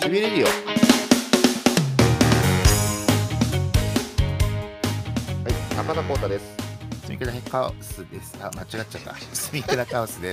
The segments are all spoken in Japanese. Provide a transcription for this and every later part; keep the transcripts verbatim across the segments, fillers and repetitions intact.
しびれるよ。はい、中田浩太です。 スミクラカオスです。あ、間違っちゃった。スミクラカオスです。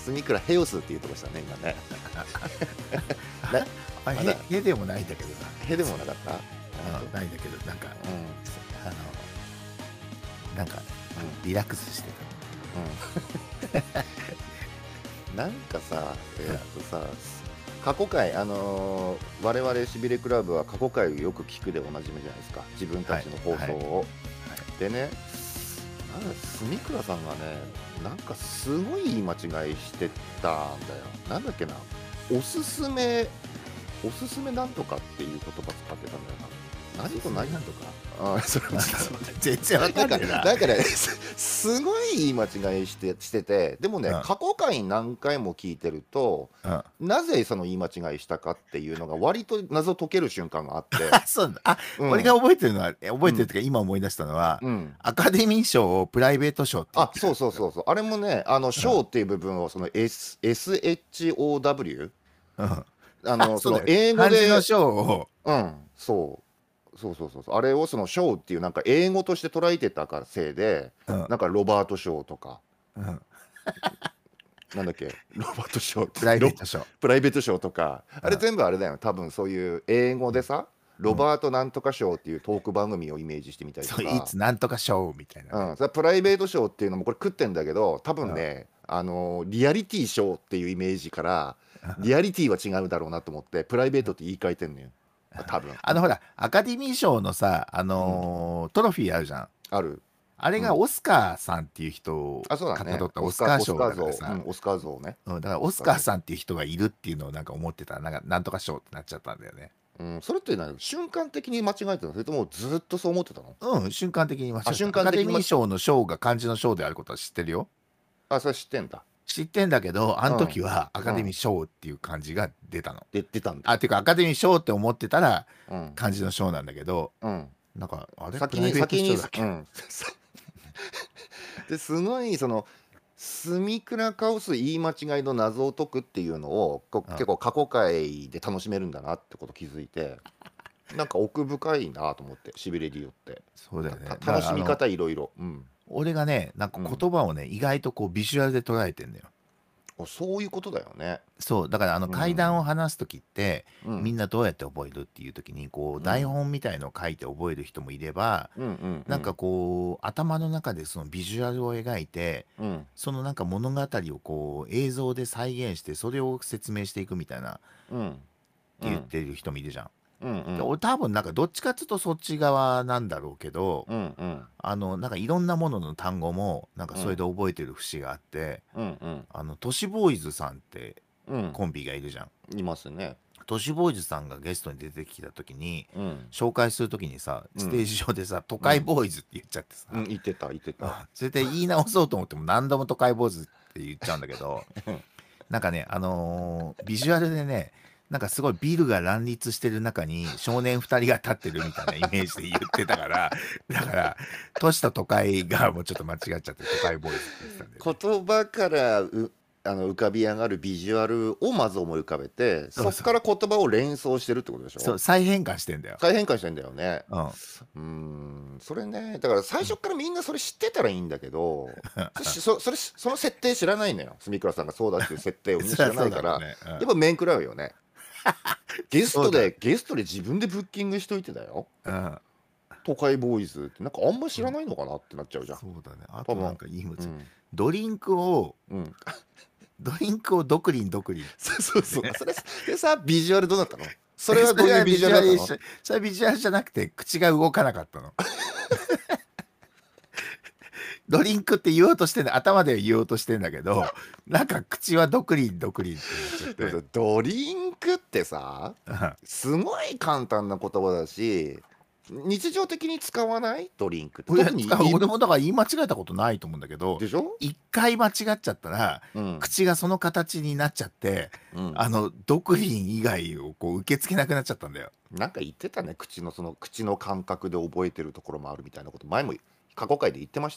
スミクラヘオスって言ってましたね、今ね。なあ、 まだへ、へでもないんだけどな。 へでもなかった。 うん、ないんだけど、なんか、 うあの、なんか、 ん、 リラックスしてうん、うん。なんかさ、えーっとさ、過去回、あのー我々しびれクラブは過去回をよく聞くでおなじみじゃないですか。自分たちの放送を。でね、なんかスミクラさんがね、なんかすごい言い間違いしてたんだよ。なんだっけな、おすすめ、おすすめなんとかっていう言葉使ってたんだよな。何と何なんとか。 あ、それも全然わかんないな。 なんかね、すすごい言い間違いしてしてて、でもね、 うん過去回何回も聞いてると、 うん。 なぜその言い間違いしたかっていうのが割と謎解ける瞬間があって、 あ、そうだ。あ、 うん俺が覚えてるのは、え覚えうんてるっていうか、今思い出したのは、 うん。 アカデミー賞をプライベート賞って言っあ、 てる。 そうそうそうそう。あれもね、あの、 うんショーっていう部分をその S、エスエイチオーダブリュー、 うん。あ、 あの、そそうだよ。 の英語漢字ので、 賞を、 うん、そう。そうそうそうそう。あれをそのショーっていうなんか英語として捉えてたからせいで、 うんなんかロバートショーとか、 うん、 なんだっけ、ロバートショーって、 プライベロート賞。 プライベートショーとか、あれうん全部あれだよ。多分そういう英語でさ、ロうんバートなんとかショーっていうトーク番組をイメージしてみたりとそう、いか、 つなんとか賞みたいなね。 うん、それはプライベートショーっていうのもこれ食ってんだけど、多うん分ね、あのリアリティショーっていうイメージからリアリティは違うだろうなと思ってプライベートって言い換えてんのよ、多分。 あのほら、アカデミー賞のさ、あうん、 のートロフィーあるじゃん。 ある。 あれうん、 がオスカーさんっていう人をあ、そうだね。 かたどったオスカー、 オスカー賞オスカー像、 だからさ、 うん、オスカー像ね。 うん、だからオスカーさんっていう人がいるっていうのをなんか思ってたら、なんかなんとか賞ってなっちゃったんだよね。 うん、それって何、瞬間的に間違えてたの、それともずっとそう思ってたの？ うん、瞬間的に間違あ、 った。アカデ瞬間的に間違ミー賞の賞が漢字の賞であることは知ってるよ。 あ、それ知ってんだ。 知ってんだけど、あのうん、 時はアカデうん。 ミー賞っていう漢字が出たの。 で、出たんだ。 あ、ていうかアカデミー賞って思ってたらうん、 漢字の賞なんだけど、 うん。 なんか、あれプ先に、 ライベート先に、 賞だっけ。 うん。ですごい、その、スミクラカオス言い間違いの謎を解くっていうのをこうん、 結構過去回で楽しめるんだなってこと気づいて、なんか奥深いなと思って、しびれリオってそうだよね。だたからあの、 楽しみ方いろいろ。うん、 俺がね、なんかうん、 言葉をね、意外とこうビジュアルで捉えてんだよ。 おそういうことだよね。 そう、だからあのう階段をん話す時って、 うんみんなどうやって覚えるっていう時に、こう台うん本みたいのを書いて覚える人もいれば、 うんうんうなんかんこう頭の中でそのビジュアルを描いて、 うんそのなんか物語をこう映像で再現して、それを説明していくみたいなってうんうん言ってる人もいるじゃん。で、 うんうん俺多分なんかどっちかっていうとそっち側なんだろうけど、 うんうんあのなんかいろんなものの単語もなんかそれうんで覚えてる節があって、 うんあの都市ボーイズさんってうんコンビがいるじゃん。 いますね。 都市ボーイズさんがゲストに出てきた時にうん紹介する時にさ、ステーうんジ上でさ都うん会ボーイズって言っちゃってさ、 うん、言ってた言ってた。 あ絶対言い直そうと思っても何度も都会ボーイズって言っちゃうんだけど、なんかね、あのービジュアルでね、なんかすごいビルが乱立してる中に少年ふたりが立ってるみたいなイメージで言ってたから、だから都市と都会がもうちょっと間違っちゃって都会ボーイズって言ってたんだよね。 言葉からうあの浮かび上がるビジュアルをまず思い浮かべて、そそうそう。 こから言葉を連想してるってことでしょ。 そう、再変換してんだよ。 再変換してんだよね。 うん。 うーん、それね、だから最初からみんなそれ知ってたらいいんだけど、そそそれその設定知らないのよ。住倉さんがそうだっていう設定をみんな知そりゃらないから、 そうだろうね。 やっぱ面食らうよね。ゲストそうだよ。 でゲストで自分でブッキングしといてだよ。 うん。 都会ボーイズってなんかあんま知うん。 らないのかなってなっちゃうじゃん。 そうだね。あ多分。 となんかいいもん、 うんドリンクを、 うんドリンクをドクリンドクリンってそうそうそう。 ね。 それでさ、ビジュアルどうなったの？それはそれはビどういうビジュジュアル一緒、 アルだったの？ それはビジュアルじゃなくて口が動かなかったの。ドリンクって言おうとしてんだ、頭では言おうとしてんだけど、なんか口はドクリンドクリンって言っちゃって。 でもさドリンクってさ、 うんすごい簡単な言葉だし、日常的に使わない？ドリンクって。 俺特にい俺もだから言い間違えたことないと思うんだけど、 でしょ？ 一回間違っちゃったら、 うん口がその形になっちゃって、 うんあの、ドクリン以外をこう受け付けなくなっちゃったんだよ。 なんか言ってたね。口のその口の感覚で覚えてるところもあるみたいなこと前も過去回で言ってましたよ。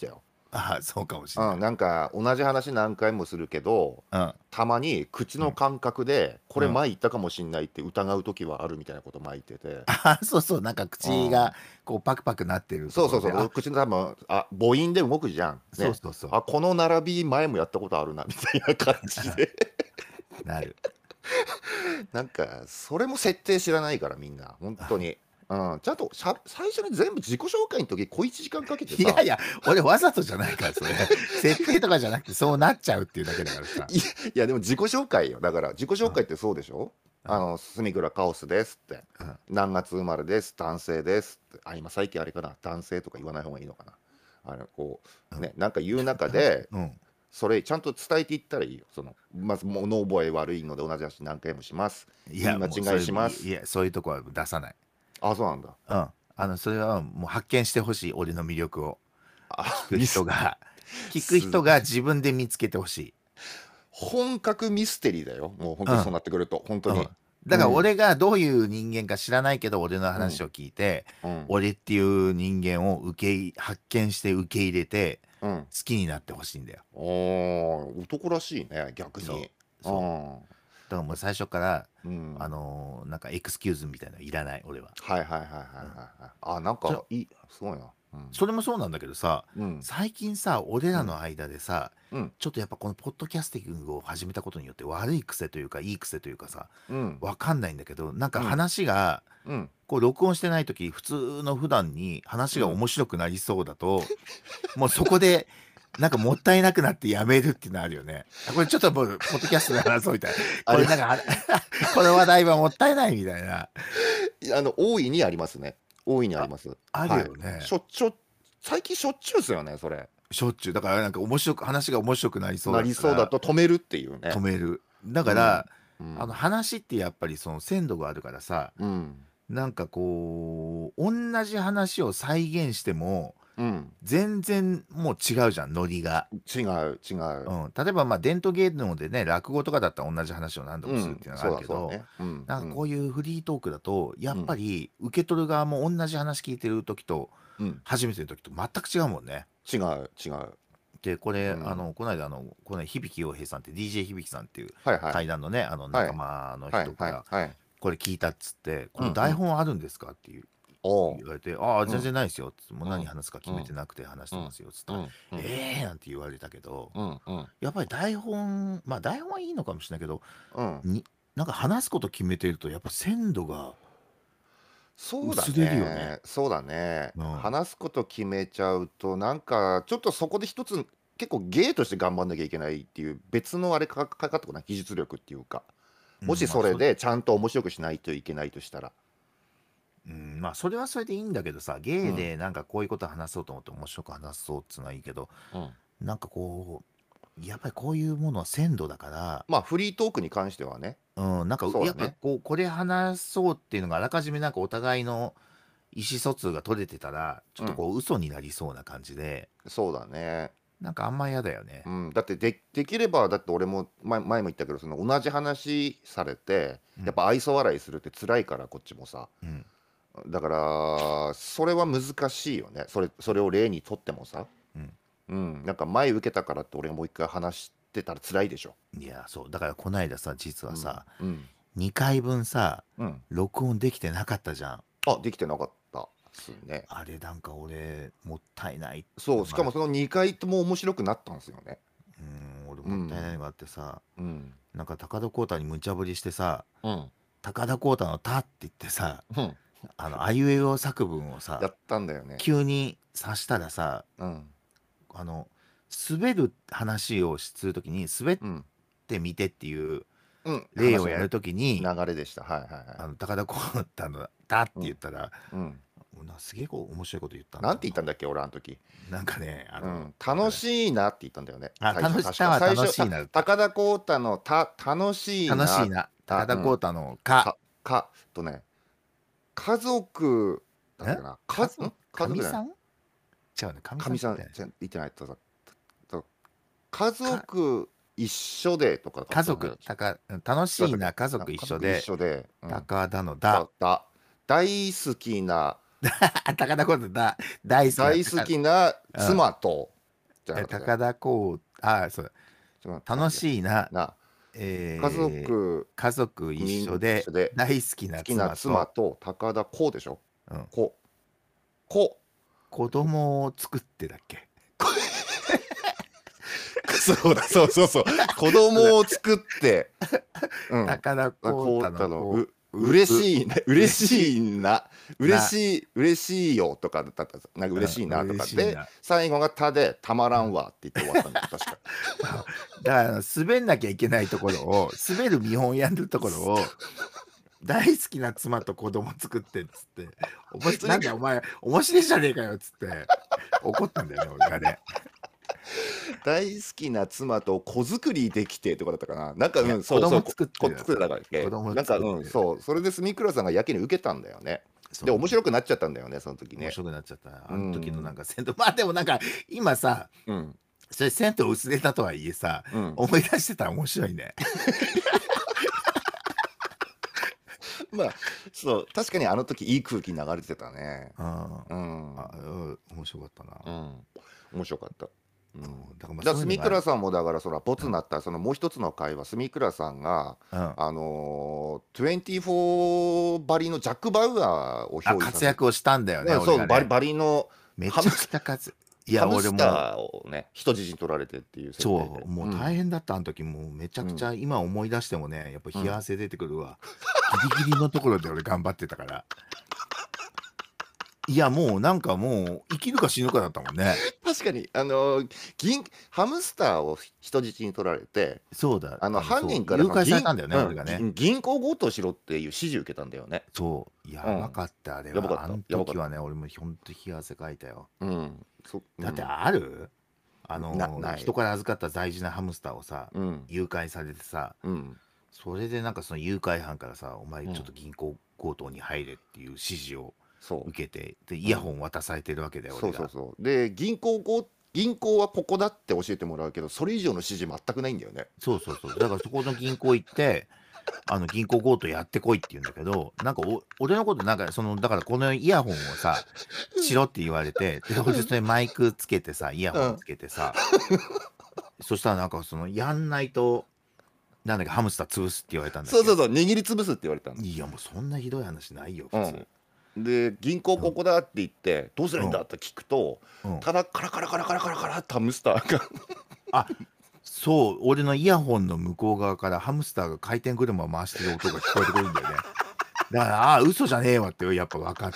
ああ、そうかもしれなうん、 い。 なんか同じ話何回もするけど、 うん。 たまに口うん。 の感覚でこれうん。 前言ったかもしんないって疑う時はあるみたいなこと巻いてて、 ああ、そうそう、なんかうん。 口がこうパクパクなってるところで、 そうそうそう、 あ、 口の多分、あ、母音で動くじゃん。 そうね。 そうそう。 あ、この並び前もやったことあるなみたいな感じで。 なる。 なんか、それも設定知らないからみんな、本当に。うん、ちゃんとしゃ最初に全部自己紹介の時小いちじかんかけてさ、 いやいや、俺わざとじゃないからそれ。設定とかじゃなくてそうなっちゃうっていうだけだからさ。 いやいやでも自己紹介よ。だから自己うん、 紹介ってそうでしょ。 うん、 あの、住倉カオスですって。 うん、 何月生まれです、男性ですって。あ、今最近あれかな、男性とか言わない方がいいのかな。あの、こうん。 う、ね、なんか言う中だで、 うん。 それちゃんと伝えていったらいいよ。その、まず物覚え悪いので同じ話何回もします。 いや、 言い間もうそれ、 違いします。 いいや、そういうとこは出さない。 あ、そうなんだ。 うん。あの、それはもう発見してほしい、俺の魅力を。聞あ、 くミス、 人が、聞くす、 人が自分で見つけてほしい。 本格ミステリーだよ。もう本当にそううん。 なってくると、本当うん。 に。 だからうん、 俺がどういう人間か知らないけど、俺のうん、 話を聞いて、 うん、 俺っていう人間を受けい発見して受け入れて、 うん。 好きになってほしいんだよ。 ああ、男らしいね、逆そう。 に。うそう。 ん。 だからもう最初から、 うん。 あのーなんかエクスキューズみたいなのいらない、俺は。 はいはいはいはいうん。 はいはい。あ、なんそれ、 かいい、すごいな。うん。 それもそうなんだけどさ、 うん。 最近さ、俺うん。 らの間でさ、 うん。 ちょっとやっぱこのポッドキャスティングを始めたことによって悪い癖というか、いい癖というかさ、 うん。 わかんないんだけど、なんかうん。 話が、 うん。 こう録音してない時普通の普段に話がうん。 面白くなりそうだと、もうそこでなんかもったいなくなってやめるっていうのあるよね。あ、これちょっともうポッドキャストで話そうみたいな。 あり、 これなんかはこの話題はもったいないみたいな。 あの、大いにありますね。大いにありあ、 ます。 あるはい。 よね。 しょ、しょ、最近しょっちゅうですよね、それ。 しょっちゅう。だからなんか面白く話が面白くなりそうなりそうだだったらと止めるっていうね。 止める。だうん。 からあのうん。 話ってやっぱりその鮮度があるからさ、 うん。 なんかこう同じ話を再現してもうん。 全然もう違うじゃん、ノリが。 違う、違う。 うん、例えばまあ伝統芸能でね、落語とかだったら同じ話を何度もするっうん。 ていうのがあそうるけど、 だそうだね。うん。 なんかこうん。 ういうフリートークだとやっぱうん。 り受け取る側も同じ話聞いてる時とうん。 初めての時と全く違うもんね。 違う、違う。 で、これ、あうん。 の、この間、あの、この響洋平さんって ディージェー 響さんっていうはいはい。 対談のね、あの仲はい。 間のはいはい人から、 はい。 これ聞いたっつって、このうんうん。 台本あるんですかっていうおう。 言われて、ああ、 うん。 全然ないですよっつって、もううん。 何話すか決めてうん。 なくて話しうん。 てますよっつったら、 うん。うん。 ええーなんて言われたけど、 うんうん。 やっぱり台本、まあ台本はいいのかもしれないけど、 うん。 に、なんか話すこと決めてると、やっぱ鮮度がそうだ薄れるよね。 ね。そうだね。 うん。 話すこと決めちゃうと、なんか、ちょっとそこで一つ、結構芸として頑張んなきゃいけないっていう、別のあれかかかってこない、技術力っていうか。もしうん、まあそれ、 それでちゃんと面白くしないといけないとしたら。 うん、まあそれはそれでいいんだけどさ、 うん。 芸でなんかこういうこと話そうと思って面白く話そうっつうのはいいけど、 うん。 なんかこう、やっぱりこういうものは鮮度だから、 まあ、フリートークに関してはね。 うん、なんかやっぱそうだね。 こう、これ話そうっていうのがあらかじめなんかお互いの意思疎通が取れてたら、ちょっとうん。 こう嘘になりそうな感じで、 そうだね。 なんかあんま嫌だよね。 うん、だってでできれば、だって俺も前前も言ったけど、その同じ話されて、 うん、 やっぱ愛想笑いするって辛いから、こっちもさ。 うん、 だから、それは難しいよね。それ、それを例にとってもさ。 うん。 うん、なんか前受けたからって俺がもう一回話してたら辛いでしょ。 いや、そう。だからこないださ、実うん、 はさ、 うん、 にかいぶんさ、 うん。 録音できてなかったじゃん。 あ、できてなかったっすね。 あれなんか俺、もったいない。 そう、しまあ、 かもそのにかいとも面白くなったんですよね。 うん、俺うもったいないのん、 があってさ、 うん、 なんか高田浩太に無茶ぶりしてさ、 うん、 高田浩太の「た」って言ってさ、 うん。 あの、あいうえお作文をさ、 やったんだよね。 急にさしたらさ、 うん、 あの、滑る話をするときに、滑っうん、 てみてっていううん。話の例をやるときに、 流れでした。はいはいはい。 あの、高田浩太の「た」ってうん、 言ったら、 うん。 もうなすげえこう面白いこと言ったんだなんよな。 て言ったんだっけ、俺あの時。 なんかね、あの、 うん、楽しいなって言ったんだよね、 あ、 最初、 楽し、 確か。 たは最初、た楽しいなだった。 高田浩太のた、楽しいな、 楽しいな。高た、 田うん、 浩太の「か」。 か、か、とね、家族、だったえかな、か、 かぞん家族じゃない、 かみさん違うね、かみかみさん、 さんって言ってない。 じゃ言ってないとさ、と家か、 族一緒でとかだったんだよ。 家族、たか、楽だったっけ、 しいな、家あ、 族一家族一緒で、 緒で、うん、 高田のだ。 だ、だ、大好きな、 高田浩太だ。大好きな大好高、 きなうん。 妻と、 じゃなえかったっ高田こうあそうだけ？違ったっ楽けしいな、 な。 え家ー族家族一みん緒で一緒で大好きな好きな妻と、 妻と高田こうでしょ。 うん、 こう。こ子供を作ってだっけ。 う。そうだ、そうそうそう。子供を作って、うん。 高田あ、こうこうたたの、う、 のこう、う、 嬉う、 しいね、嬉嬉ししいな、 いな、 嬉しい、嬉しいよとかだったんです。なんか嬉しいうん、 なとかで、 嬉しいな。 最後がたでたまらうんんわって言って終わったんだよ、確か。 あだから滑んなきゃいけないところを、滑る見本やるところを、大好きな妻と子供作ってっつって、おもしそれなんだお前、面白いじゃねえかよっつって怒ったんだよね、俺がね。 大好きな妻と子作りできてとかだったかな。なんか、 いや、 うん、 子そうそう、こ供作ってこ作ってるやつ。 たからっけ。 子供なんか、うん、 作ってる。 そう、それで住倉さんがやけに受けたんだよね。で、 そう面白くなっちゃったんだよね、その時ね。 面白くなっちゃったな。 うあの時のなんん、 か銭湯、まあでもなんか今さ、 うん、 それ銭湯薄れたとはいえさ、 うん。 思い出してたら面白いね。 まあ、そう、確かにあの時いい空気流れてたね。 うん。あ、 うん、 うん面白かったな。 うん、面白かった。ううんん。 だからまあだから住そういうのがある。 倉さんもだからそのボうん。 ツになったそのもう一つの会話、住倉さんがうんあのー、にじゅうよんばりのジャック・バウアーをあ、 憑依させて、 活躍をしたんだよね、 うん、そう、バリ俺がね。 バリのハムめちゃくちゃ活いや、 ハムス俺もターをね、人質に取られてっていう設定そう、 で。 もう大うん。 変だった、あの時もうめちゃうん。 くちゃ今思い出してもね、やっぱうん。 冷や汗出てくるわ。ギリギリのところで俺頑張ってたから。いや、もうなんかもう生きるか死ぬかだったもんね。 確かに、あのー銀ハムスターを人質に取られて、 そうだ、 あの、 あの、そう、 犯人から誘拐されその銀たんだよね、 うん、 俺がね。 ぎ銀行強盗しろっていう指示を受けたんだよね。 そう、 うん。 やばかった、あれは。あやばかった。 のやばかった。 時はね、俺もほんと冷や汗かいたよ。 うん。そうだってん。 あるあなの、 ない。 人から預かった大事なハムスターをさ、 うん。 誘拐されてさ、 うん。 それでなんかその誘拐犯からさ、お前うん。 ちょっと銀行強盗に入れっていう指示をそ受けて、で、 う。うイヤホん。 ン渡されてるわけだよ、 そうそう俺が。 そう。で、銀行ご銀行はここだって教えてもらうけど、それ以上の指示全くないんだよね。 そうそうそう。だからそこの銀行行って、あの銀行強盗やってこいって言うんだけど、なんかお俺のことなんかそのだからこのイヤホンをさ、しろって言われて、で、俺それマイクつけてさ、イヤホンつうん。 けてさ、そしたらなんかそのやんないと、なんだっけ、ハムスター潰すって言われたんだっけ。 そうそうそう、握りつぶすって言われたの。 いやもうそんなひどい話ないよ、普通。 うん。で、銀行うんここだって言って、どうすればいいんだうんって聞くと、 うん。 ただカラカラカラカラカラカラってハムスターがあ、そう、俺のイヤホンの向こう側からハムスターが回転車を回してる音が聞こえてくるんだよね。だから、ああ、嘘じゃねえわってやっぱ分かって。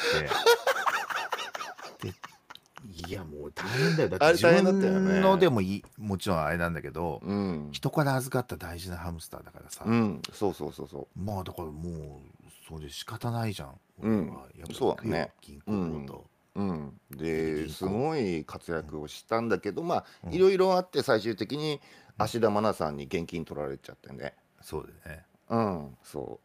で、いやもう大変だよ。だってあれ自大変だったよ分のでね。 もいい、もちろんあれなんだけど、 うん。 人から預かった大事なハムスターだからうさ。 ん。そうそうそうそまあだからもう、それ仕方ないじゃん。 う。う俺ん。 は。やっぱ行くよ、 そうだね。 銀うん。 行強盗。 うん。 で、 で、す銀行。 ごい活うん、 躍をしたんだけど、まあ、 うん、 いろいろあって最終的にうん。 芦田愛菜さんに現金取られちゃってね。 そうだよね。 うん。そう。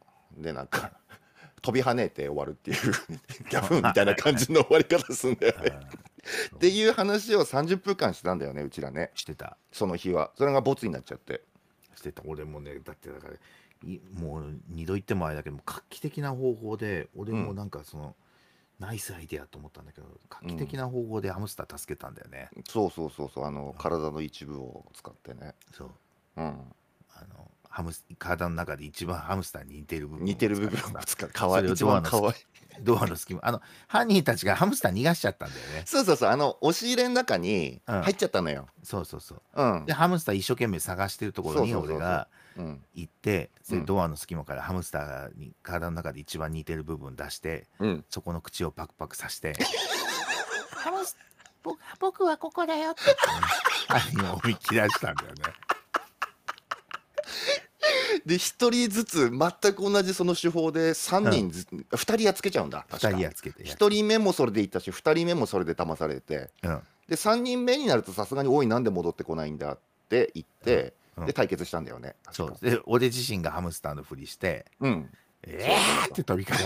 で、なんか飛び跳ねて終わるっていうギャフンみたいな感じの終わり方すんだよね。 あっていう話をさんじゅっぷんかんしてたんだよね、うちらね。 してた。 その日は。それがボツになっちゃって。 してた。俺もね、だってだから、いもう二度言ってもあれだけども、画期的な方法で、俺もうん。 なんかその、ナイスアイデアと思ったんだけど、画う期的ん。 な方法でハムスター助けたんだよね。 そうそうそうそう。あの、 うん、 体の一部を使ってね。 そう。 うん。 あの、ハムス、体の中で一番ハムスターに似てる部似分をてる部分を使ってさ、 使う。かわいい。 それを一ドアの隙、 番かわいい。 ドアの隙間、あの、犯人たちがハムスター逃がしちゃったんだよね。 そうそうそう。あの、押し入れの中にうん。 入っちゃったのよ。 そうそうそう。 うん。 で、ハムスター一生懸命探してるところそうにそうそうそ俺がう。うん。 行って、それうん。 ドアの隙間からハムスターに体の中で一番似てる部分出して、 うん。 そこの口をパクパクさして、ハムス、僕僕はここだよって言ってね、犯人を追い切らしたんだよね。 で、一人ずつ全く同じその手法で3 うん。 人ずつ、ふたりやっつけちゃうんだ、確二人か。 やっつけて、やっつ 1 けて。 人目もそれでいったし、ふたりめもそれで騙されて、 うん。 で、さんにんめになるとさすがに、おい、なんで戻ってこないんだって言っうん。 て、で、 うん。 対決したんだよね、確か。 そう。で、俺自身がハムスターのふりして、 うん。 えそうそうーっそて飛びかかって、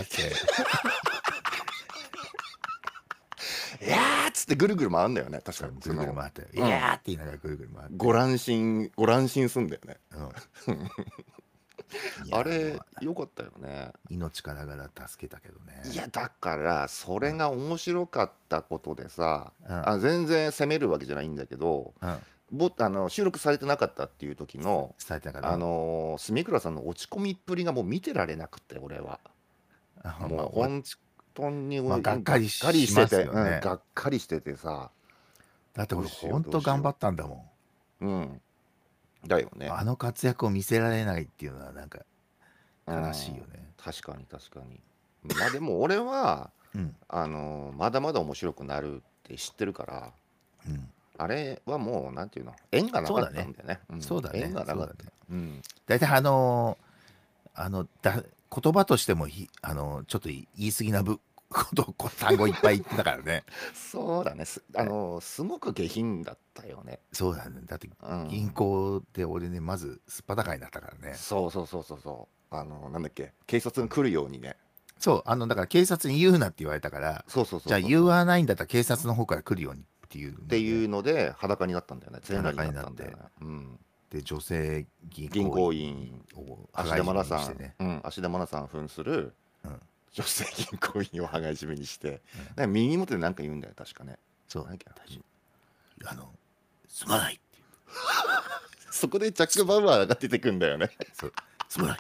う。いやーっつってぐるぐる回るんだよね、確か。 そう、ぐその、 るぐる回って、いうん。 やーって言いながらぐるぐる回って、 ご乱心、ご乱心すんだよね。 うん。 いやあれもうよかったよね。 命からがら助けたけどね。 いやだからそれうんが面白かったことでさ、 うんあ全然責めるわけじゃないんだけど、 うんぼあの収録されてなかったっていう時のあ伝えたから。 のー、住倉さんの落ち込みっぷりがもう見てられなくて俺はあまあもう本わ当にまあがっかりがっかりしましてて、うん、 すよね。 がっかりしててさ、 だって俺どうしよほとうんどうしよ頑張ったんだもう、うんだよん。 ね。 あの活躍を見せられないっていうのはなんかうん悲しいよね。 確かに確かに。まあでも俺はうんあのーまだまだ面白くなるって知ってるから、 うんあれはもうなんていうの縁がなかったんだよね。うんそうだね縁がなかった。 そうだね。 うん大体あのーあのだ言葉としてもひあのちょっと言い過ぎなぶことこ単語いっぱい言ってたからね。 そうだね。すあのーすごく下品だったよね。 そうだね。だってうん銀行で俺ねまずすっぱだかになったからね。 そうそうそうそうそう。あのーなんだっけ警察が来るようにね。 そうあのだから警察に言うなって言われたから、 そうそうそうそう。 じゃあ言わないんだったら警察の方から来るようにっていうのでっていうので裸になったんだよね。全裸になったんだよね裸。 うん。 で女性銀銀行行員員を芦羽交い田愛菜さん、 締めにしてね。 うん、芦田愛菜さん扮するうん女性銀行員を羽交い締めにして、 うんなんか耳元で何か言うんだよ確かね。 そうなんだっけあのすまないっていう。 そこでジャック・バウアーが出てくんだよね。 そうすまない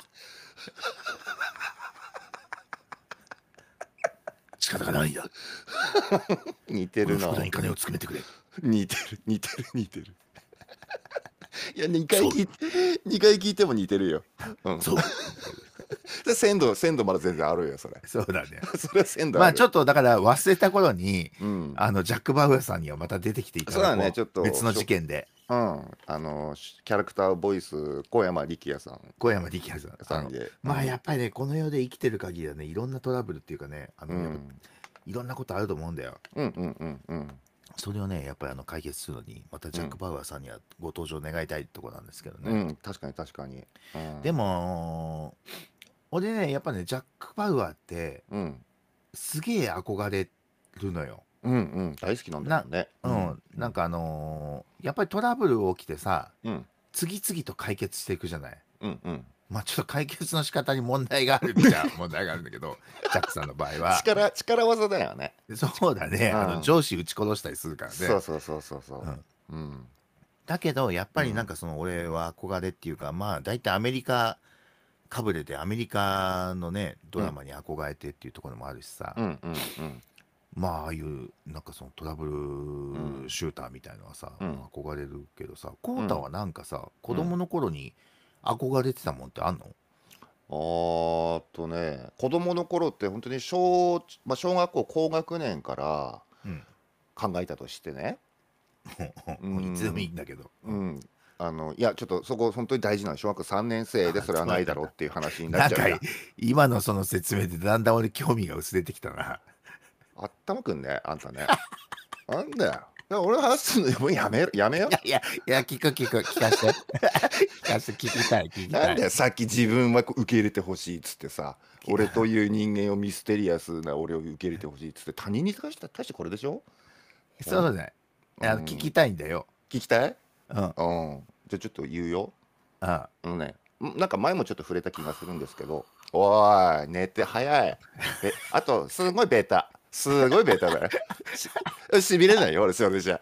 仕方がないんだ。 似てるなこの袋に金を詰めてくれ。 似てる似てる似てる。いやにかい聞いてにかい聞いても似てるよ。うん。 そうで鮮度鮮度まだ全然あるよそれ。 そうだね。 それは鮮度ある。 まあちょっとだから忘れた頃にうん。 あのジャック・バウアーさんにはまた出てきていただこそうだねちょっと別の事件でうん。あのキャラクターボイス小山力也さん小山力也さんあのさんで。 まあやっぱりねこの世で生きてる限りはねいろんなトラブルっていうかねあの、やっぱうんいろんなことあると思うんだよ。 うんうんうんうん。 それをねやっぱりあの解決するのにまたジャック・バウアーさんにはご登場願いたいところなんですけどね。 うん確かに確かに。うん、 でも俺ねやっぱねジャック・バウアーってうんすげえ憧れるのよ。 うんうん大好きなんだもんね。 うん、なんかあのーやっぱりトラブル起きてさうん次々と解決していくじゃない。 うんうん。 まあちょっと解決の仕方に問題があるっちゃ問題があるんだけどジャックさんの場合は力力技だよね。 そうだね、 うんあの上司撃ち殺したりするからね。 そうそうそうそうそう。 うんうんだけどやっぱりなんかその俺は憧れっていうか、まあ大体アメリカかぶれでアメリカのねドラマに憧れてっていうところもあるしさ、 うんうんうんまあああいうなんかそのトラブルシューターみたいのはさ、 うん憧れるけどさコウタはなんかさ、子供の頃に憧れてたもんってあんの？ あーっとね子供の頃って本当に小、まあ、小学校高学年からうん考えたとしてね。 もういつでもいいんだけど、 うんあのいやちょっとそこ本当に大事なの。小学校さんねん生でそれはないだろうっていう話にななんかっちゃうから。 今のその説明でだんだん俺興味が薄れてきたな。 あったまくんねあんたね。なんだよ。だから俺の話するのもうやめろやめよい。やいやいや聞く聞く聞かして聞かして聞きたい聞きたい。 なんだよさっき自分はこう受け入れてほしいっつってさ、俺という人間をミステリアスな俺を受け入れてほしいっつって他人に対して対してこれでしょ。 そうだね。いやうん聞きたいんだよ。 聞きたい。 うん。あうんじゃあちょっと言うよ。 ああのねんなんか前もちょっと触れた気がするんですけど、おーい寝て早い。えあとすごいベータすごいベータだよ。ししびれないよ俺それじゃ。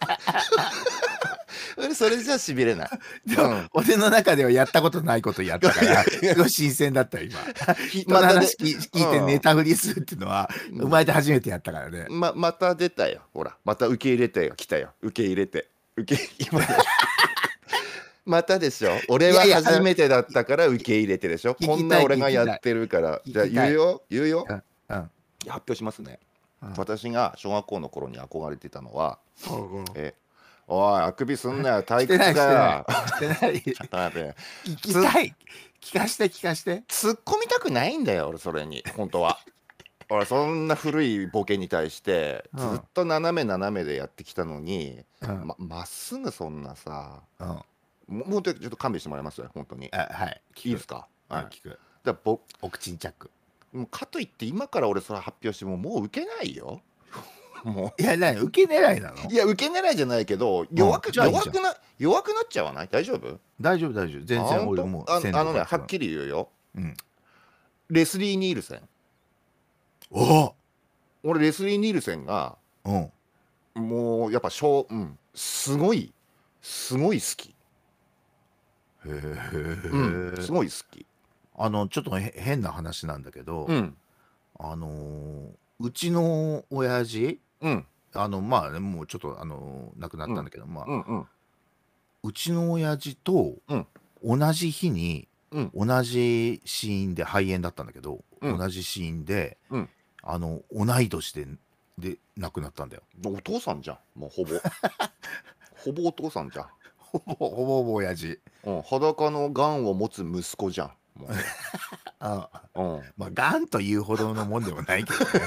俺それじゃしびれない。 でも、俺の中ではやったことないことやったからすごい新鮮だったよ今。人のまたで話聞聞いて寝たふりするっていうのは生まれて初めてやったからね。 ままた出たよほらまた受け入れてが来たよ受け入れて受け今またでしょ。俺はいやいや初めてだったから受け入れてでしょ。 聞きたいこんな俺がやってるから聞きたいじゃあ言うよ言うようんうん発表しますね。 うん私が小学校の頃に憧れてたのはうんえおいあくびすんなよ退してない屈だよ。 してないしてないちょっと待って聞きたい聞かして聞かして。 突っ込みたくないんだよ俺それに本当は。俺そんな古いボケに対してずっと斜め斜めでやってきたのに、 うんままっすぐそんなさうんももうちょっと勘弁してもらいますよ本当に。 あはいいいですか。はい。 聞くだから僕お口にチャック。 もうかといって今から俺それ発表してももう受けないよ。 もいや、なに、受け狙いなの？ う。いや、受け狙いじゃないけど、 うん、 弱く、 じゃあいいじゃん。 弱くな、弱くなっちゃわない？大丈夫？ 大丈夫大丈夫。全あ、 然本当？ 俺もうあ、あのね、 鮮度抜群。 はっきり言うよ。 うん。 レスリー・ニールセン。 お俺、レスリー・ニールセンが、 うん。 もう、やっぱ、しょう、うん、すごい、すごい好き。 へうん、すえ。 ごい好き。 あの、ちょっとへ変な話なんだけど、 うん、 あのーうちの親父、 うん、 あの、まあね、もうちょっと、あのー亡くなっうん、 たんだけど、まあ、 うん、うん、 うちの親父とうん、 同じ日に、 うん、 同じ死因で、肺炎だったんだけど、 うん、 同じ死因で、 うん。 あの、同い年で、で、亡くなったんだよ。 お父さんじゃん、もうほぼ。ほぼお父さんじゃん。 ほぼ、ほぼほぼ親父。 うん、裸のがんを持つ息子じゃん。もあ、 う。うん。 まあ、がんというほどのもんでもないけどね。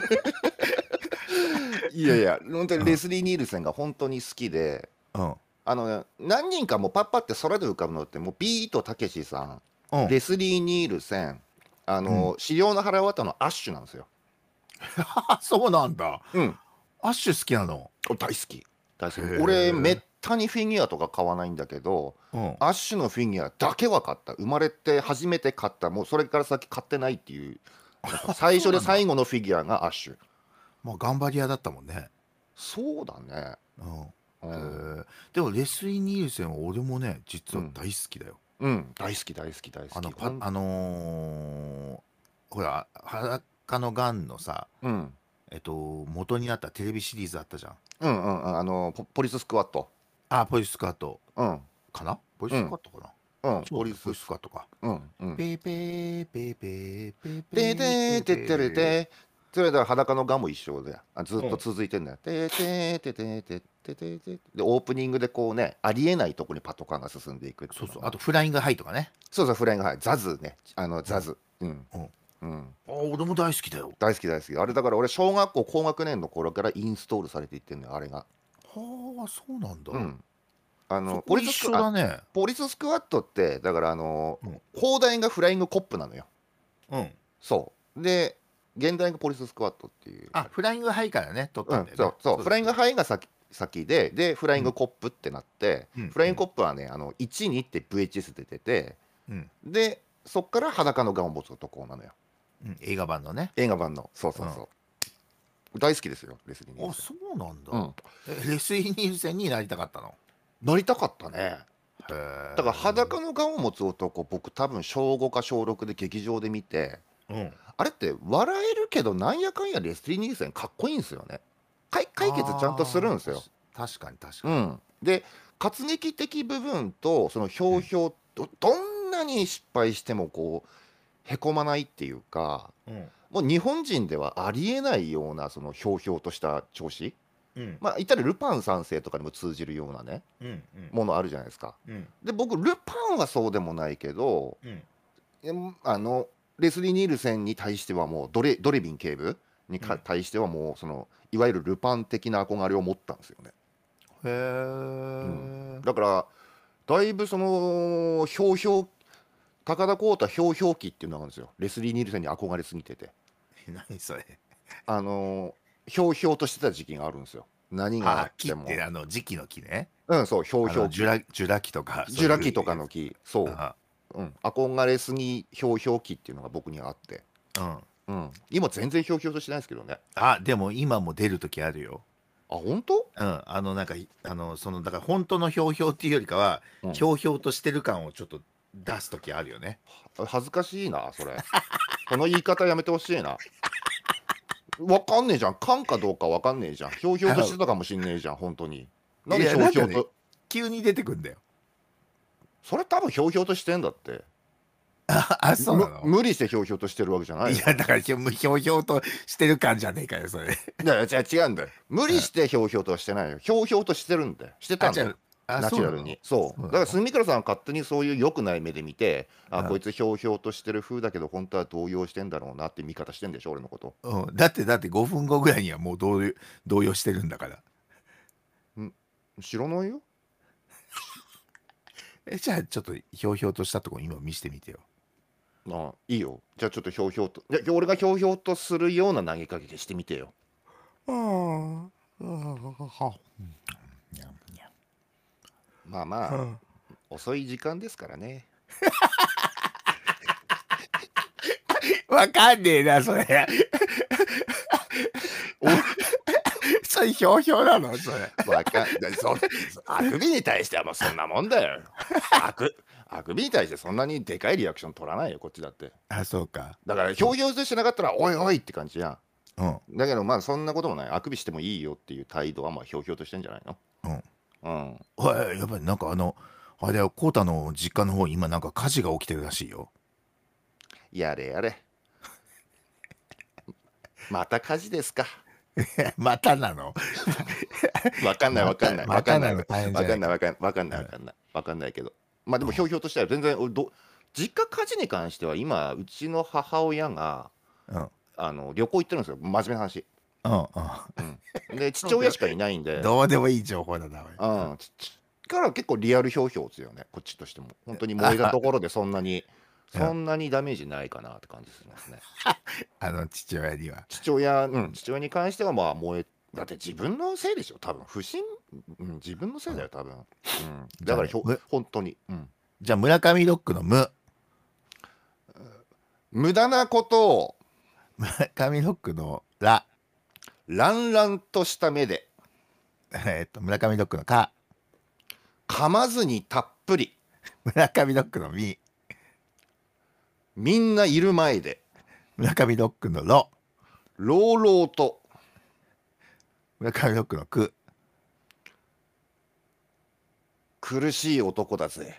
いやいや、本当にうん、 レスリー・ニールセンが本当に好きで、 うん、 あのね、何人かもうパッパって空で浮かぶのって、もうビートたけしさん、 うん、 レスリー・ニールセン、あうん。 の、資料の腹渡のアッシュなんですよ。 あ、そうなんだ。 うん。 アッシュ好きなの？ 大好き。大好へき。俺、めっえ。 たにフィギュアとか買わないんだけど、 うん。 アッシュのフィギュアだけは買った。生まれて初めて買った。もうそれから先買ってないっていう。なんか最初でそうなんだ。 最後のフィギュアがアッシュ。 まあ、頑張り屋だったもんね。 そうだね。 うん。 うん。 へえ。でもレスリー・ニールセンは俺もね、実はうん。 大好きだよ。 うん。大好き、大好き、大好き。 あの、 ほん、 パあのーほら、裸のガンのさ、 うん。 えっと、元になったテレビシリーズあったじゃん。 うんうんうん。あの、ポ、ポリススクワット。 あ、ポリススカートうん。 かな、ポリうん。 ススカートかな。 うん。 そうだね、ポリススポリスス、 カートか。 うんうん。 ペーペーペーペーペーペてーペーペててってれー。 て、それで裸のガも一緒で、あ、ずっとうん。 続いてんだよ。ててててててててで、オープニングでこうね、ありえないとこにパトカーが進んでいくってそうそう。 いうのが、 あと、フライングハイとかね。 そうそう、フライング、はい、ザズね、あの、 うん。 ザズ。うん。 うん。 うん。 あ、俺も大好きだよ。 大好き大好き。あれだから俺、小学校高学年の頃からインストールされていってんのよ、あれが。 はあ、そうなんだ。 うん。あの、ポそこ一リススク、あ、 緒だね。 ポリススクワットって、だからあの、 うん。 放題がフライングコップなのよ。 うん。 そう。で、現代がポリススクワットっていう、 あ、フライングハイからね、取っうん、 たんだよね。 そうそう、 そうだ、 フライングそうだ。 ハイが先、先で、で、フライングうん。 コップってなって、 うん。 フライングコうん。 ップはね、あの、いち、にって ブイエイチエス で出てて、 うん。 で、そっから裸のガンを持つ男なのよ。 うん、映画版のね。 映画版の。そううん。あ、 そうそう。大好きですよ、レスリー・ニールセン。 そうなんだ。 うん。 え、レスリー・ニールセンになりたかったの？ なりたかったね。 へだからえ。 裸のガンを持つ男、僕多分小ごか小ろくで劇場で見て、 うん。 あれって笑えるけど、なんやかんやレスリー・ニールセンかっこいいんですよね。解解決ちゃんとするああ、 んですよ。 たし確かに確かに。 うん。で、活劇的部分と、そのひょううん。 ひょうと、どんなに失敗してもこう、へこまないっていうか、 うん。 もう日本人ではありえないような、そのひょうひょうとした調子。 うん。 まあ、言ったらルパン三世とかにも通じるようなね、 うん。うん。 ものあるじゃないですか。 うん。 で、僕、ルパンはそうでもないけど、 うん。 えあの、レスリー・ニールセンに対してはもうドレ、ドレビン警部にかうん。 対してはもう、その、いわゆるルパン的な憧れを持ったんですよね。 へうん。 え。 だから、だいぶその、ひょうひょう、高田浩太ひょうひょう期っていうのがあるんですよ。レスリー・ニールセンに憧れすぎてて。 何それ。 あのー、ひょうひょうとしてた時期があるんですよ。何があっあ、木ても。 ってあの時期の木ね。 うん、そう、ひょうあの、 ひょう期。 ジュラ、ジュラ紀とか、そういう。 ジュラ紀とかの期。そあ、 う。うん。憧れすぎひょうひょう期っていうのが僕にはあって。 うん。 うん。今全然ひょうひょうとしてないですけどね。 あ、でも今も出るときあるよ。 あ、本当？ うん。あの、なんか、いあの、その、だから本当のひょうひょうっていうよりかは、 うん。 ひょうひょうとしてる感をちょっと出すときあるよね。 恥ずかしいな、それ。この言い方やめてほしいな。わかんねえじゃん。勘かどうかわかんねえじゃん。ひょうひょうあの、 としてたかもしんねえじゃん、本当に。なんでひいや、なんかね、 ょうひょうと、 急に出てくんだよ。 それ多分ひょうひょうとしてんだって。 あ、あ、そうなむ、 の？ 無理してひょうひょうとしてるわけじゃないいや、 よ。 だからひょ、ひょうひょうとしてる感じゃねえかよ、それ。 いやいや、違う違うんだよ。無うん。 理してひょうひょうとはしてないよ。ひょうひょうとしてるんだよ。してあ、 たんだよ。 じゃあ、あ、 ナそうなの？ チュラルに。そう。だからそうなの？ 住倉さんは勝手にそういう良くない目で見て、あ、こいうん。 つひょうひょうとしてる風だけど、本当は動揺してんだろうなって見方してんでしょ、俺のこと。 うん。だって、だってごふんごぐらいにはもう動揺、動揺してるんだから。 ん、知らないよ。 え、じゃあ、ちょっとひょうひょうとしたとこ今見してみてよ。 あ、いいよ。じゃあちょっとひょうひょうと。いや、俺がひょうひょうとするような投げかけしてみてよ。 うんうんまあまあ遅い時間ですからね。 わかんねえな、それ。 おそれ、ひょうひょうなのそれ。 わかんだそあくびに対してはもうそんなもんだよ。あくあくびに対してそんなにでかいリアクション取らないよこっちだって。 あ、そうか。 だからひょうひょうとしてなかったらおいおいって感じやん。 うん。 だけどまあそんなこともない。あくびしてもいいよっていう態度はまあひょうひょうとしてんじゃないの。 うん。 うん。 おい、やっぱりなんかあの、あれだよ、コータの実家の方、今なんか火事が起きてるらしいよ。 やれやれ。また火事ですか。 またなのわかんないわかんないわかんないわまたなの大変じゃないかんないわかんないわかんないわかんないわかんないけど、まあでもひょうひょうとしたら全然俺ど実家火事に関しては今うちの母親がうん。 あの旅行行ってるんですよ。真面目な話。 うんううん、で父親しかいないんん。 で、 どうでもいい情報だな、 うおい。 ん、ちちから結構リアルひょうひょうですよねこっちとしても。本当に燃えたところでそんなにそんなにダメージないかなって感じしますね。 あの父親には。 父親、うん、父親に関してはまあ燃えだって自分のせいでしょ多分不審、うん、自分のせいだよ多分、うん、だからひょじゃあね本当に、うん、 じゃあ村上ロックの無。 無駄なことを村上ロックのラ。 乱々とした目でえっと、村上ロックのか。 噛まずにたっぷり村上ロックのみ。 みんないる前で村上ロックのロ。 朗々と村上ロックのく。 苦しい男だぜ。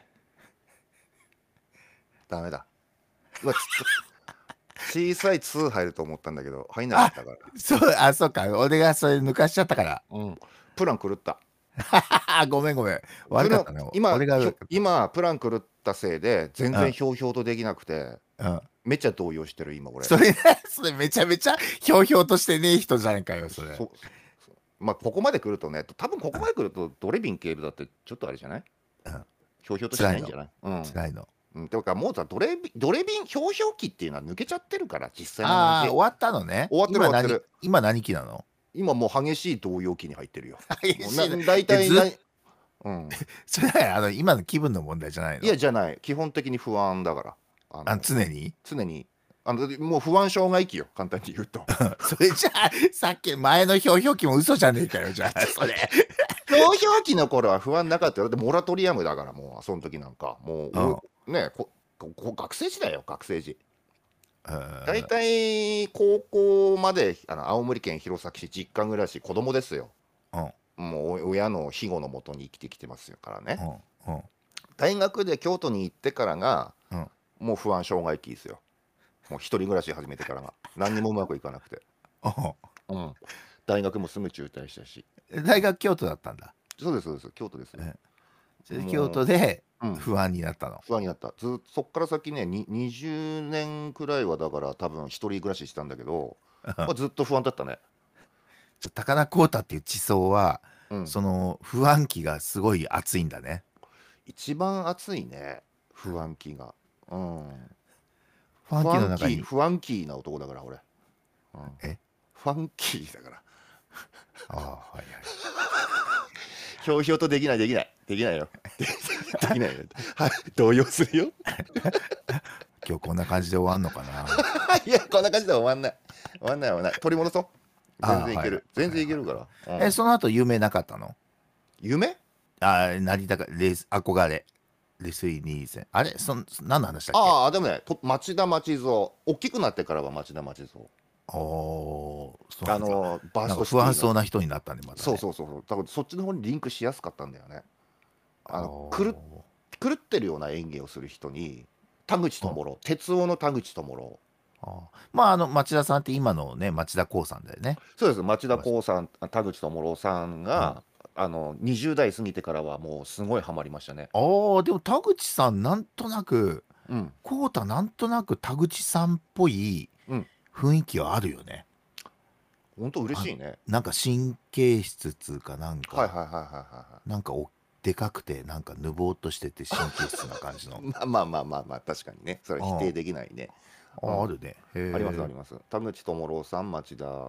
ダメだ。うわちょっと小さいツー入ると思ったんだけど入んなかったから。 そう、あ、そうか。俺がそれ抜かしちゃったから。 うん、プラン狂った。 ごめんごめん。 プラン悪かったね。 今俺がひょ今プラン狂ったせいで全うん然ひょうひょうとできなくて、 うん。 めっちゃ動揺してる今俺。 それ、それめちゃめちゃひょうひょうとしてねえ人じゃないかよ、それ。 そまあここまで来るとね多分ここまで来るとドレビン警部だってちょっとあれじゃない、 うんひょうひょうとしてないんじゃない。うん辛いの。 うん、てかもうさドレビドレビンひょうひょう期っていうのは抜けちゃってるから実際のああ、 話。 終わったのね。 終わってる今何終わってる今何期なの今もう激しい動揺期に入ってるよ。 激しいねもうな大体でずなうん、 それはあの今の気分の問題じゃないのいやじゃない基本的に不安だからあのあ常に常にあのもう不安障害期よ簡単に言うと。 それじゃあさっき前のひょうひょう期も嘘じゃねえかよじゃあそれひょうひょう期の頃は不安なかったよ。だってモラトリアムだからもうその時なんかもう、おねこここ学生時だよ学生時。大体高校まであの青森県弘前市実家暮らし子供ですよ。 うんもう親の庇護のもとに生きてきてますよからね。 うんうん大学で京都に行ってからがうんもう不安障害期ですよ。もう一人暮らし始めてからが何にもうまくいかなくて、うん、大学もすぐ中退したし。 うん大学京都だったんだそうですそうです京都ですよ。 えそれもう京都でうん不安になったの、 不安になった。ずっとそっから先ねににじゅうねんくらいはだから多分一人暮らししたんだけど、まあ、ずっと不安だったね。 ちょ高田浩太っていう地層は、 うんその不安期がすごい熱いんだね。 一番熱いね不安期が。うん不安期の中に不安期な男だから俺、うん、 えファンキーだからああはいはいひょうひょうとできないできないできないよできないよはい動揺するよ今日こんな感じで終わんのかないやこんな感じでは終わんない終わんない終わんない取り戻そう全然いける、 あーはい全然いけるから、うんえその後有名なかったの夢あ成田かレス憧れレスリーにせんあれそん何の話だっけああでもねと町田町蔵大きくなってからは町田町蔵おーそうなあんだのバーなんかストシティの不安そうな人になったねまたねそうそうそうそう多分そっちの方にリンクしやすかったんだよね。あのあー狂っ狂ってるような演技をする人に田口智朗哲夫の田口智朗あーまああの町田さんって今のね町田光さんだよねそうです町田光さん田口智朗さんが、あのにじゅう代過ぎてからはもうすごいハマりましたね。 あーでも田口さんなんとなくうん浩太なんとなく田口さんっぽいうん雰囲気はあるよね本当嬉しいね。 なんか神経質つうかなんか、 はいはいはいはいはなんかおでかくてなんかぬぼーっとしてて神経質な感じのいまあまあまあまあまあ確かにねそれは否定できないね。 ああるねへーありますあります田口智朗さん町田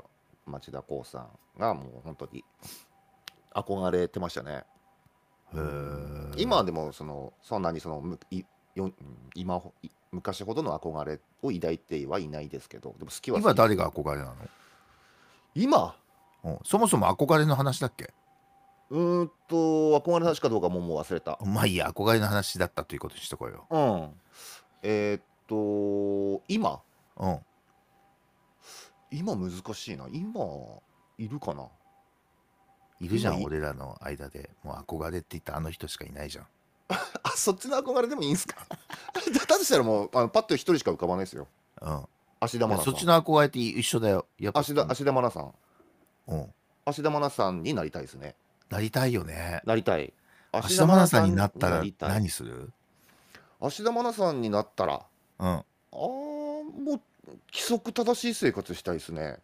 町田光さんがもう本当に憧れてましたね。 へえ。 今でもそのそんなにそのむいよ今ほい昔ほどの憧れを抱いてはいないですけど、でも好きは好きです。 今誰が憧れなの？ 今うん、そもそも憧れの話だっけ？ うーんと憧れの話かどうかももう忘れた。 まあいいや、憧れの話だったということにしとこうよ。 うん。えーっと今うん。 今難しいな。今いるかな。 いるじゃん、 今い俺らの間で。もう憧れって言ったあの人しかいないじゃん。 あ、そっちの憧れでもいいんすか？だとしたらもうあのパッと一人しか浮かばないですよ。 うん。 芦田いや、 愛菜さん。 そっちの憧れって一緒だよ。やっぱ、 芦田芦田愛菜さん。 うん。 芦田愛菜さんになりたいですね。 なりたいよね。 なりたい。芦田芦田愛菜さんに愛菜さんにななったらりたい。 何する？ 芦田愛菜さんになったら、あうん。 あ、もう規則正しい生活したいですね。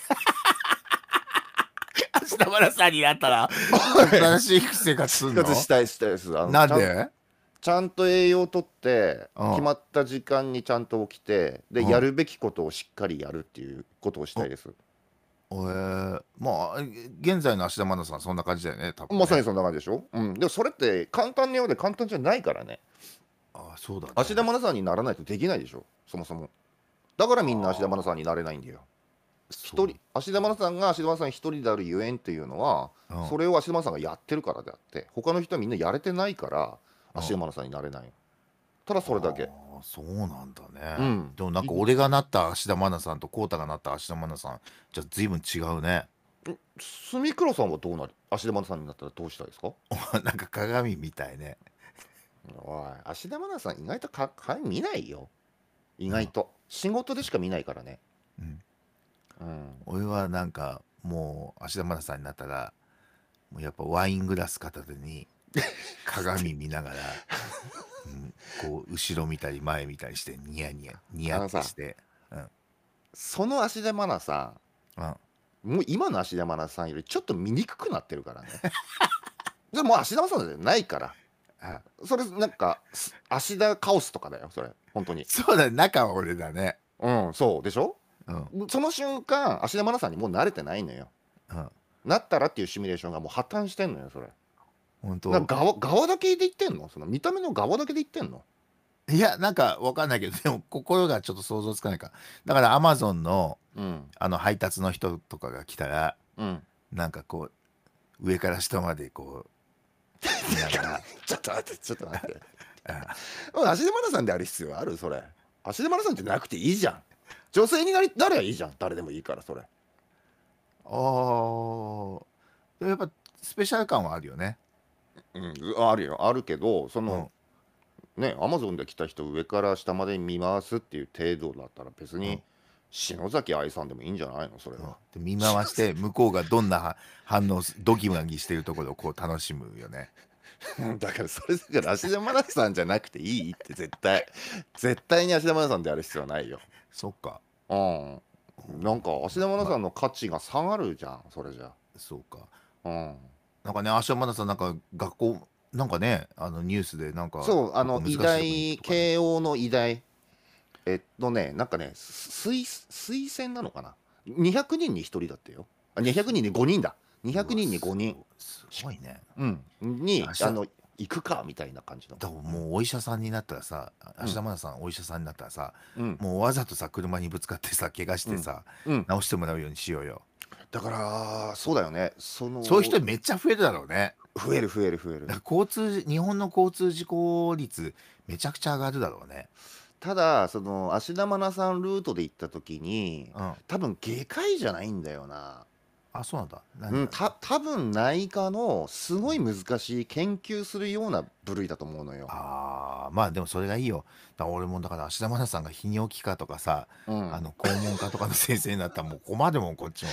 芦田愛菜さんになったら正しい生活すんの？ 生活したいしたいです。あのちゃんなんで？ ちゃんと栄養とってうん。 決まった時間にちゃんと起きてでうん。 やるべきことをしっかりやるっていうことをしたいです。 おえー、まあ、現在の芦田愛菜さんそんな感じだよね、多分ね。 まさにそんな感じでしょ。うん。でもそれって簡単なようで簡単じゃないからね。 ああ、そうだ芦田愛ね。 菜さんにならないとできないでしょ。そもそも。だからみんな芦田愛菜さんにああ、 なれないんだよ。 そう。 一人芦田愛菜さんが芦田愛菜さん一人であるゆえんっていうのはうん。 それを芦田愛菜さんがやってるからであって他の人はみんなやれてないからうん。 芦田愛菜さんになれない。ただそれだけ。 ああ、そうなんだね。 うん。 でもなんいか俺がなった芦田愛菜さんと浩太がなった芦田愛菜さん、じゃあ随分違うね。 住倉さんはどうなり芦田愛菜さんになったらどうしたいですか？ なんか鏡みたいね。 おい、芦田愛菜さん意外とか鏡見ないよ。意うん。 外と仕事でしか見ないからね。 うん。 うん。 俺はなんかもう芦田愛菜さんになったら、もうやっぱワイングラス片手に鏡見ながら、うん、こう後ろ見たり前見たりしてニヤニヤニヤっあのさ、 てして、うん、 その芦田愛菜さうん、 んもう今の芦田愛菜さんよりちょっと見にくくなってるからね。でももう芦田愛菜さんじゃないから。 あ、 それなんかす芦田カオスとかだよそれ本当に。 そうだね、中は俺だね。 うんそうでしょ。 うん、 その瞬間芦田愛菜さんにもう慣れてないのよ。 うん、 なったらっていうシミュレーションがもう破綻してんのよそれ。 本当。 なんか側側だけで言ってんの？その見た目の側だけで言ってんの？ いや、なんかわかんないけど、でも心がちょっと想像つかないから。だからアマゾンのうんあの配達の人とかが来たら、 うん。 なんかこう上から下までこう見ながら、 ちょっと待ってちょっと待って。 あ芦田愛菜さんである必要あるそれ？芦田愛菜さんじゃなくていいじゃん。女性になりなりゃいいじゃん。誰でもいいからそれ。 あー、でもやっぱスペシャル感はあるよね。 うん、あるよあるけどそのうん、 ねアマゾンで来た人上から下まで見回すっていう程度だったら別にうん。 篠崎愛さんでもいいんじゃないのそれうん、 は。 で見回して向こうがどんなは反応すドキマギしてるところをこう楽しむよね。 だからそれだから芦田愛菜さんじゃなくていいって絶対絶対に芦田愛菜さんである必要はないよ。 そっか。 うんなんか芦田愛菜まあさんの価値が下がるじゃんそれじゃ。 そうか。 うんなんかね、芦田愛菜さんなんか学校なんかね、あのニュースでなんかそうあどっかの医難しいとこに行く大とかね。 慶応の医大えっとねなんかね推推薦なのかな。にひゃくにんにひとりだってよ。あにひゃくにんにごにんだ。200 うわ、 人にすごにんごすごいね。 うんに芦田あの行くかみたいな感じの。 だからうんもうお医者さんになったらさ、 うん芦田愛菜さんお医者さんになったらさ、 うんもうわざとさ車にぶつかってさ怪我しうんてさ、 うん治してもらうようにしようよ。 だからそうだよねそそういうの人めっちゃ増えるだろうね。 増える増える増える。 だから交通日本の交通事故率めちゃくちゃ上がるだろうね。 ただその芦田愛菜さんルートで行った時にうん。 多分外科医じゃないんだよな。 あ、そうなんだ。何うん、 なんだ。 た多分内科のすごい難しい研究するような部類だと思うのよ。 ああ、まあでもそれがいいよ。だから俺もだから芦田愛菜さんが泌尿器科とかさ、 うんあの肛門科とかの先生になったらもう困るもん、こっちも。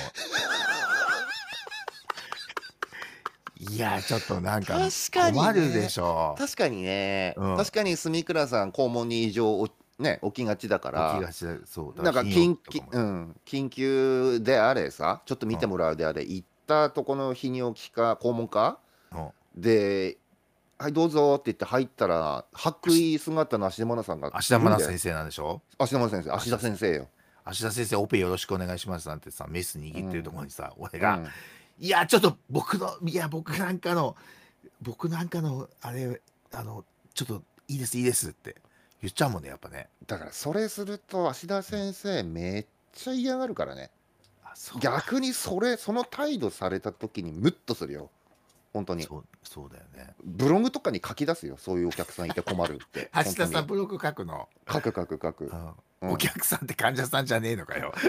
いや、ちょっとなんか確かに困るでねしょ。 確かにねうん。 確かに住倉さん肛門に異常をね起きがちだから起きがちだ。そう。だからなんか泌尿緊急、 器とかも。 うん、緊急であれさちょっと見てうん。 もらうであれ行ったとこの泌尿器科肛門科うん。 で「はいどうぞ」って言って入ったら白あし衣姿の芦田愛菜さんが芦田愛いるんだよ。 菜先生なんでしょ？ 芦田愛菜先生芦田芦田先先生よ。 芦田先生オペよろしくお願いしますなんてさメス握ってるところにさ、俺が、 うんいやちょっと僕のいや僕なんかの僕なんかのあれあのちょっといいですいいですって言っちゃうもんねやっぱね。 だからそれすると芦田先生めっちゃ嫌がるからね。 あそう逆にそれその態度された時にムッとするよ本当に。 そうそうだよね。 ブログとかに書き出すよ、そういうお客さんいて困るって橋田さん本ブログ書くの、 当に書く書く書く、 うんうんお客さんって患者さんじゃねえのかよ。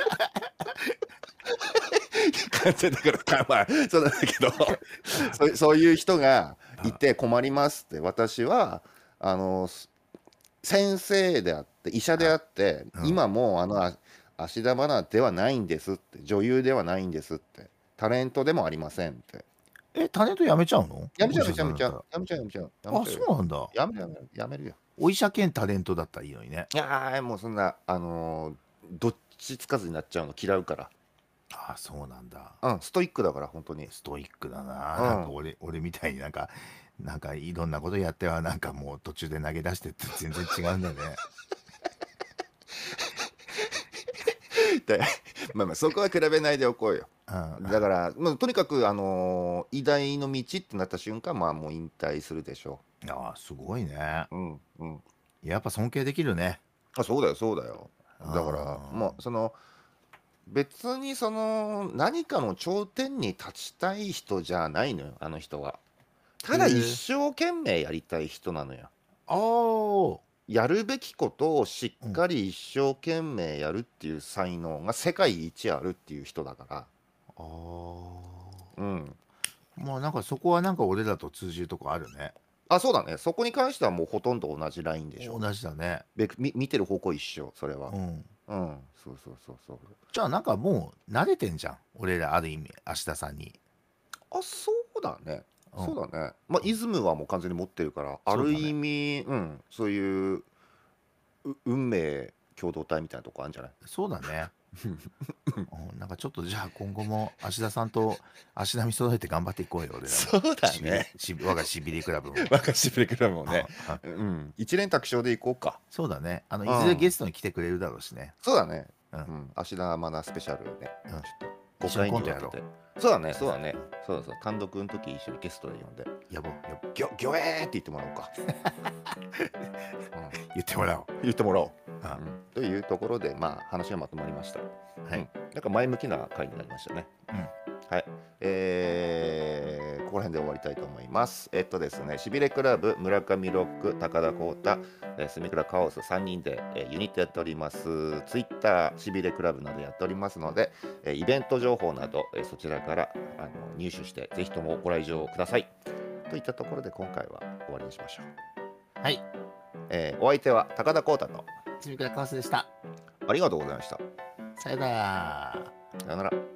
完全だからかまあそうなんだけどそうそういう人がいて困りますって私はあのす先生であって医者であってうん今もうあのあ芦田愛菜ではないんですって、女優ではないんですって、タレントでもありませんって。 えタレントやめちゃうの？ やめちゃうやお医者めちゃうやさんだったら。 めちゃうやめちゃうやめちゃうやめあちゃうよそうなんだ。 やめるやめるやめるよ。 お医者兼タレントだったらいいのにね。 いやーもうそんなあのーどっちつかずになっちゃうの嫌うから。 あそうなんだ。 うんストイックだから本当に。 ストイックだな。 うんなんか俺俺みたいになんかなんかいろんなことやってはなんかもう途中で投げ出してって全然違うんだよね。 でまあまあそこは比べないでおこうよ。 うん、 だから、まあ、とにかくあのー医大の道ってなった瞬間まあもう引退するでしょあすごいね。 う。うんうんやっぱ尊敬できるね。 あそうだよそうだよ。だからあーもうその別にその何かの頂点に立ちたい人じゃないのよあの人は。ただへえ一生懸命やりたい人なのよ。 あーやるべきことをしっかり一生懸命やるっていう才能が世界一あるっていう人だからあーうんまあなんかそこはなんか俺らと通じるとこあるね。 あそうだねそこに関してはもうほとんど同じラインでしょ。 同じだね。 べみ見てる方向一緒それはうんうんそうそうそうそう。 じゃあなんかもう慣れてんじゃん俺らある意味芦田さんに。 あそうだねうんそうだねまあイズムはもう完全に持ってるからあそうだねる意味うんそういうう運命共同体みたいなとこあるんじゃない。 そうだね。うんなんかちょっとじゃあ今後も芦田さんと足並み揃えて頑張っていこうよ俺らも。 そうだしびねしび我がしびりクラブも。 若しぶりクラブもねああうん一連卓勝でいこうか。 そうだね。あのうんいずれゲストに来てくれるだろうしね。 そうだねううんん芦田愛菜スペシャルねうんちょっと一緒にコントやろうごかいに分けてそうだねそうだねそうそう単独の時一緒にゲストで呼んでやぼうやぼうギョギョエーって言ってもらおうか、うん、 言ってもらおう。 言ってもらおう、 あうん、というところでまあ話がまとまりました。 はいうん、なんか前向きな回になりましたね。 うんはい、えーここら辺で終わりたいと思います。えっとですね、しびれクラブ、村上ロック、高田光太、えー、住倉カオスさんにんで、えーユニットやっております。ツイッター、しびれクラブなどやっておりますので、えーイベント情報など、えーそちらからあの入手して、ぜひともご来場ください。といったところで今回は終わりにしましょう。 はい。 えーお相手は高田光太と、 ちびくらカオスでした。 ありがとうございました。 さよなら。 さよなら。